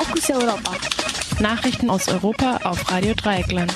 Fokus Europa. Nachrichten aus Europa auf Radio Dreieckland.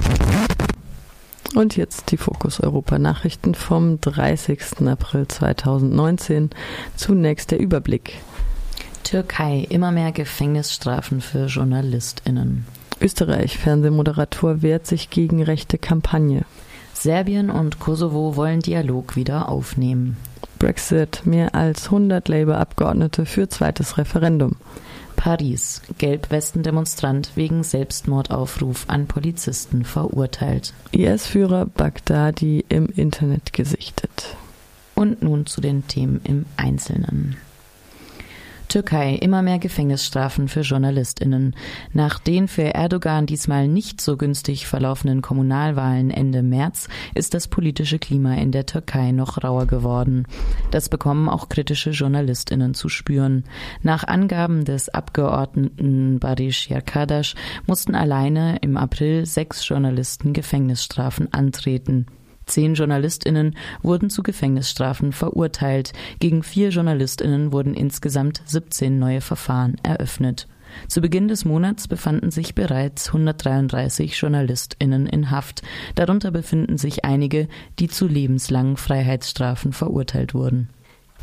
Und jetzt die Fokus Europa Nachrichten vom 30. April 2019. Zunächst der Überblick. Türkei, immer mehr Gefängnisstrafen für JournalistInnen. Österreich, Fernsehmoderator wehrt sich gegen rechte Kampagne. Serbien und Kosovo wollen Dialog wieder aufnehmen. Brexit, mehr als 100 Labour-Abgeordnete für zweites Referendum. Paris, Gelbwesten-Demonstrant wegen Selbstmordaufruf an Polizisten verurteilt. IS-Führer Bagdadi im Internet gesichtet. Und nun zu den Themen im Einzelnen. Türkei, immer mehr Gefängnisstrafen für JournalistInnen. Nach den für Erdogan diesmal nicht so günstig verlaufenden Kommunalwahlen Ende März ist das politische Klima in der Türkei noch rauer geworden. Das bekommen auch kritische JournalistInnen zu spüren. Nach Angaben des Abgeordneten Barış Yarkadaş mussten alleine im April 6 Journalisten Gefängnisstrafen antreten. 10 JournalistInnen wurden zu Gefängnisstrafen verurteilt. Gegen 4 JournalistInnen wurden insgesamt 17 neue Verfahren eröffnet. Zu Beginn des Monats befanden sich bereits 133 JournalistInnen in Haft. Darunter befinden sich einige, die zu lebenslangen Freiheitsstrafen verurteilt wurden.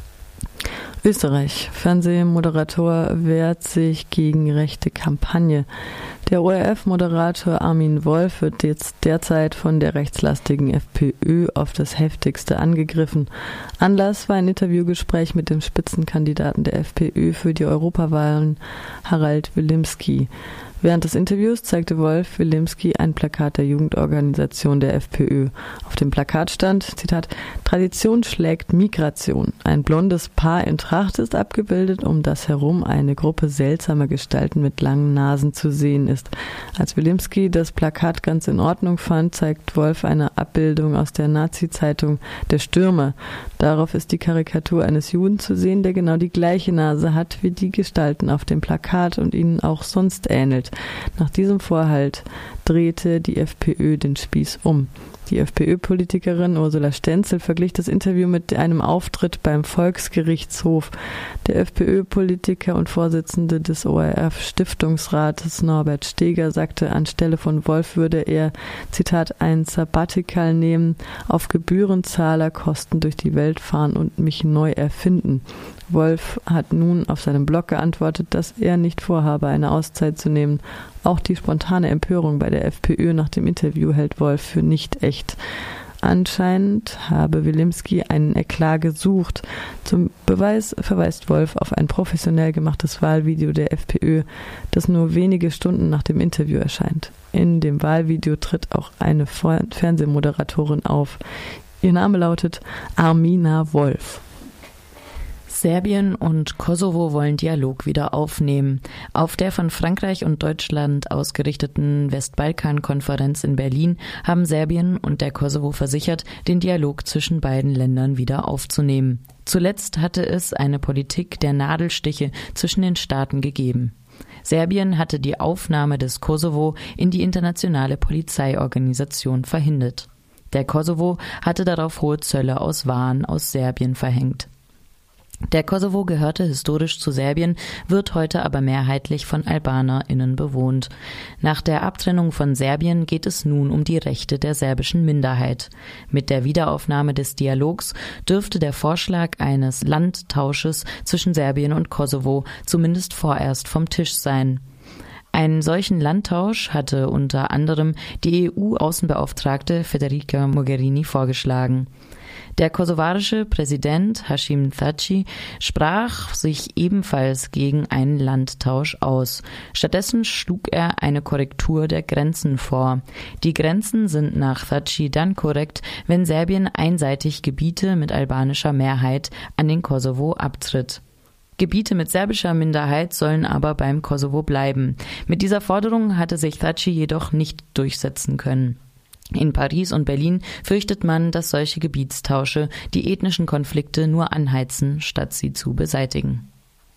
Österreich. Fernsehmoderator wehrt sich gegen rechte Kampagne. Der ORF-Moderator Armin Wolf wird jetzt derzeit von der rechtslastigen FPÖ auf das heftigste angegriffen. Anlass war ein Interviewgespräch mit dem Spitzenkandidaten der FPÖ für die Europawahlen, Harald Wilimski. Während des Interviews zeigte Wolf Wilimski ein Plakat der Jugendorganisation der FPÖ. Auf dem Plakat stand, Zitat, Tradition schlägt Migration. Ein blondes Paar in Tracht ist abgebildet, um das herum eine Gruppe seltsamer Gestalten mit langen Nasen zu sehen ist. Als Wilimski das Plakat ganz in Ordnung fand, zeigt Wolf eine Abbildung aus der Nazi-Zeitung Der Stürmer. Darauf ist die Karikatur eines Juden zu sehen, der genau die gleiche Nase hat wie die Gestalten auf dem Plakat und ihnen auch sonst ähnelt. Nach diesem Vorhalt drehte die FPÖ den Spieß um. Die FPÖ-Politikerin Ursula Stenzel verglich das Interview mit einem Auftritt beim Volksgerichtshof. Der FPÖ-Politiker und Vorsitzende des ORF-Stiftungsrates Norbert Steger sagte, anstelle von Wolf würde er, Zitat, ein Sabbatical nehmen, auf Gebührenzahlerkosten durch die Welt fahren und mich neu erfinden. Wolf hat nun auf seinem Blog geantwortet, dass er nicht vorhabe, eine Auszeit zu nehmen. Auch die spontane Empörung bei der FPÖ nach dem Interview hält Wolf für nicht echt. Anscheinend habe Wilimski einen Eklat gesucht. Zum Beweis verweist Wolf auf ein professionell gemachtes Wahlvideo der FPÖ, das nur wenige Stunden nach dem Interview erscheint. In dem Wahlvideo tritt auch eine Fernsehmoderatorin auf. Ihr Name lautet Armina Wolf. Serbien und Kosovo wollen Dialog wieder aufnehmen. Auf der von Frankreich und Deutschland ausgerichteten Westbalkan-Konferenz in Berlin haben Serbien und der Kosovo versichert, den Dialog zwischen beiden Ländern wieder aufzunehmen. Zuletzt hatte es eine Politik der Nadelstiche zwischen den Staaten gegeben. Serbien hatte die Aufnahme des Kosovo in die internationale Polizeiorganisation verhindert. Der Kosovo hatte darauf hohe Zölle aus Waren aus Serbien verhängt. Der Kosovo gehörte historisch zu Serbien, wird heute aber mehrheitlich von AlbanerInnen bewohnt. Nach der Abtrennung von Serbien geht es nun um die Rechte der serbischen Minderheit. Mit der Wiederaufnahme des Dialogs dürfte der Vorschlag eines Landtausches zwischen Serbien und Kosovo zumindest vorerst vom Tisch sein. Einen solchen Landtausch hatte unter anderem die EU-Außenbeauftragte Federica Mogherini vorgeschlagen. Der kosovarische Präsident Hashim Thaçi sprach sich ebenfalls gegen einen Landtausch aus. Stattdessen schlug er eine Korrektur der Grenzen vor. Die Grenzen sind nach Thaçi dann korrekt, wenn Serbien einseitig Gebiete mit albanischer Mehrheit an den Kosovo abtritt. Gebiete mit serbischer Minderheit sollen aber beim Kosovo bleiben. Mit dieser Forderung hatte sich Thaçi jedoch nicht durchsetzen können. In Paris und Berlin fürchtet man, dass solche Gebietstausche die ethnischen Konflikte nur anheizen, statt sie zu beseitigen.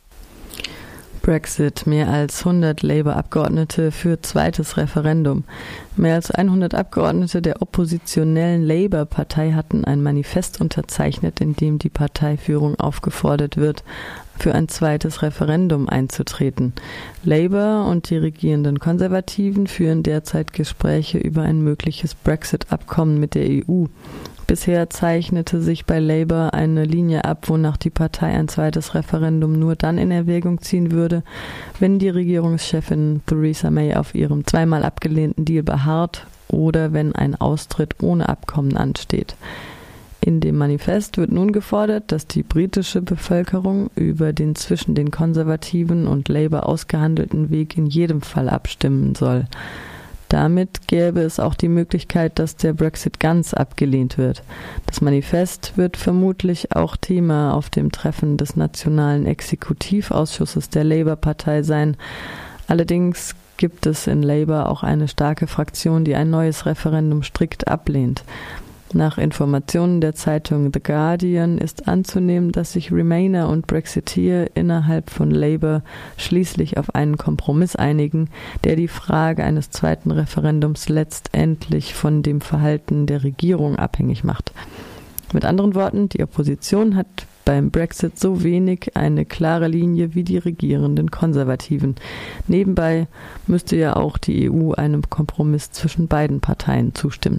Brexit. Mehr als 100 Labour-Abgeordnete für zweites Referendum. Mehr als 100 Abgeordnete der oppositionellen Labour-Partei hatten ein Manifest unterzeichnet, in dem die Parteiführung aufgefordert wird, für ein zweites Referendum einzutreten. Labour und die regierenden Konservativen führen derzeit Gespräche über ein mögliches Brexit-Abkommen mit der EU. Bisher zeichnete sich bei Labour eine Linie ab, wonach die Partei ein zweites Referendum nur dann in Erwägung ziehen würde, wenn die Regierungschefin Theresa May auf ihrem zweimal abgelehnten Deal beharrt oder wenn ein Austritt ohne Abkommen ansteht. In dem Manifest wird nun gefordert, dass die britische Bevölkerung über den zwischen den Konservativen und Labour ausgehandelten Weg in jedem Fall abstimmen soll. Damit gäbe es auch die Möglichkeit, dass der Brexit ganz abgelehnt wird. Das Manifest wird vermutlich auch Thema auf dem Treffen des Nationalen Exekutivausschusses der Labour-Partei sein. Allerdings gibt es in Labour auch eine starke Fraktion, die ein neues Referendum strikt ablehnt. Nach Informationen der Zeitung The Guardian ist anzunehmen, dass sich Remainer und Brexiteer innerhalb von Labour schließlich auf einen Kompromiss einigen, der die Frage eines zweiten Referendums letztendlich von dem Verhalten der Regierung abhängig macht. Mit anderen Worten, die Opposition hat beim Brexit so wenig eine klare Linie wie die regierenden Konservativen. Nebenbei müsste ja auch die EU einem Kompromiss zwischen beiden Parteien zustimmen.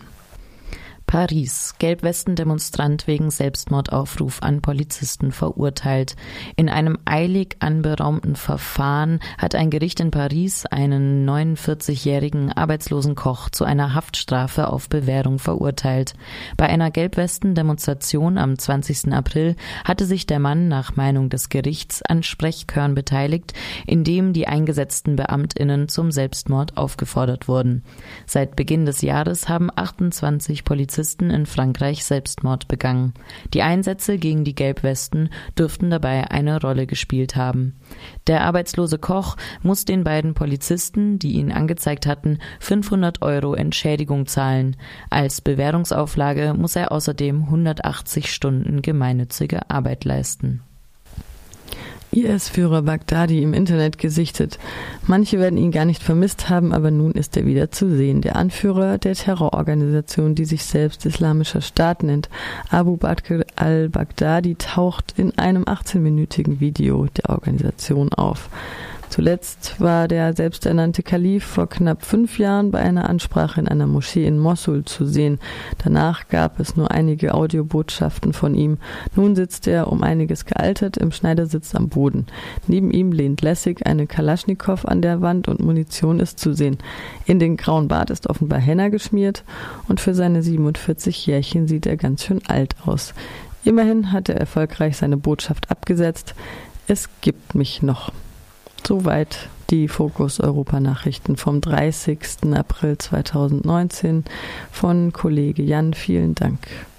Paris. Gelbwesten-Demonstrant wegen Selbstmordaufruf an Polizisten verurteilt. In einem eilig anberaumten Verfahren hat ein Gericht in Paris einen 49-jährigen arbeitslosen Koch zu einer Haftstrafe auf Bewährung verurteilt. Bei einer Gelbwesten-Demonstration am 20. April hatte sich der Mann nach Meinung des Gerichts an Sprechchören beteiligt, in dem die eingesetzten BeamtInnen zum Selbstmord aufgefordert wurden. Seit Beginn des Jahres haben 28 Polizisten in Frankreich Selbstmord begangen. Die Einsätze gegen die Gelbwesten dürften dabei eine Rolle gespielt haben. Der arbeitslose Koch muss den beiden Polizisten, die ihn angezeigt hatten, 500 € Entschädigung zahlen. Als Bewährungsauflage muss er außerdem 180 Stunden gemeinnützige Arbeit leisten. IS-Führer Baghdadi im Internet gesichtet. Manche werden ihn gar nicht vermisst haben, aber nun ist er wieder zu sehen. Der Anführer der Terrororganisation, die sich selbst Islamischer Staat nennt, Abu Bakr al-Baghdadi, taucht in einem 18-minütigen Video der Organisation auf. Zuletzt war der selbsternannte Kalif vor knapp 5 Jahren bei einer Ansprache in einer Moschee in Mossul zu sehen. Danach gab es nur einige Audiobotschaften von ihm. Nun sitzt er, um einiges gealtert, im Schneidersitz am Boden. Neben ihm lehnt lässig eine Kalaschnikow an der Wand und Munition ist zu sehen. In den grauen Bart ist offenbar Henna geschmiert und für seine 47 Jährchen sieht er ganz schön alt aus. Immerhin hat er erfolgreich seine Botschaft abgesetzt. Es gibt mich noch. Soweit die Fokus Europa Nachrichten vom 30. April 2019 von Kollege Jan. Vielen Dank.